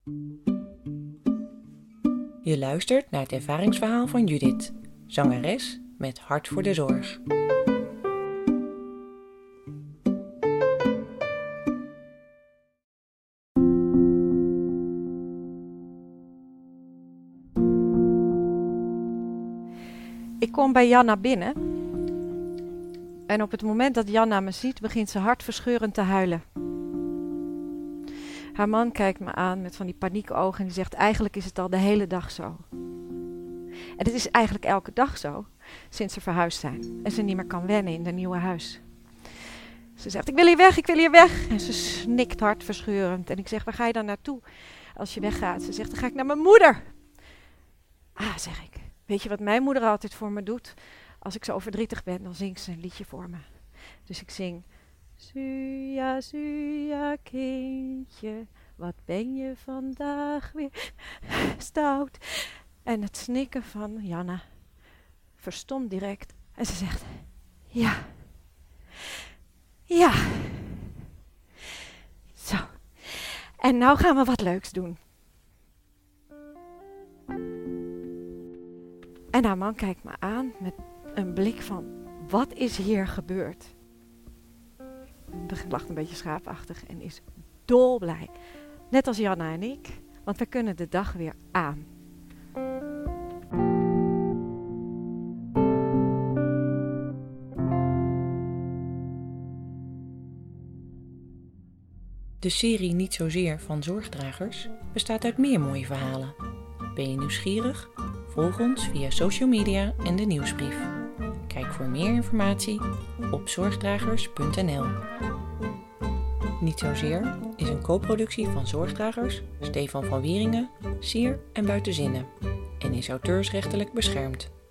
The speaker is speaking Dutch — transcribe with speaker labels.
Speaker 1: Je luistert naar het ervaringsverhaal van Judith, zangeres met hart voor de zorg.
Speaker 2: Ik kom bij Janna binnen en op het moment dat Janna me ziet, begint ze hartverscheurend te huilen. Haar man kijkt me aan met van die paniekogen en die zegt: eigenlijk is het al de hele dag zo. En het is eigenlijk elke dag zo, sinds ze verhuisd zijn en ze niet meer kan wennen in haar nieuwe huis. Ze zegt: ik wil hier weg, ik wil hier weg. En ze snikt hartverscheurend en ik zeg: waar ga je dan naartoe als je weggaat? Ze zegt: dan ga ik naar mijn moeder. Ah, zeg ik. Weet je wat mijn moeder altijd voor me doet? Als ik zo verdrietig ben, dan zingt ze een liedje voor me. Dus ik zing: Suja, Suja, kindje, wat ben je vandaag weer stout. En het snikken van Janna verstomt direct. En ze zegt: ja. Ja. Zo. En nou gaan we wat leuks doen. En haar man kijkt me aan met een blik van: wat is hier gebeurd? Hij lacht een beetje schaapachtig en is dolblij. Net als Janna en ik, want we kunnen de dag weer aan.
Speaker 1: De serie Niet Zozeer van Zorgdragers bestaat uit meer mooie verhalen. Ben je nieuwsgierig? Volg ons via social media en de nieuwsbrief. Kijk voor meer informatie op zorgdragers.nl. Niet Zozeer is een co-productie van Zorgdragers, Stefan van Wieringen, Sier en Buitenzinnen en is auteursrechtelijk beschermd.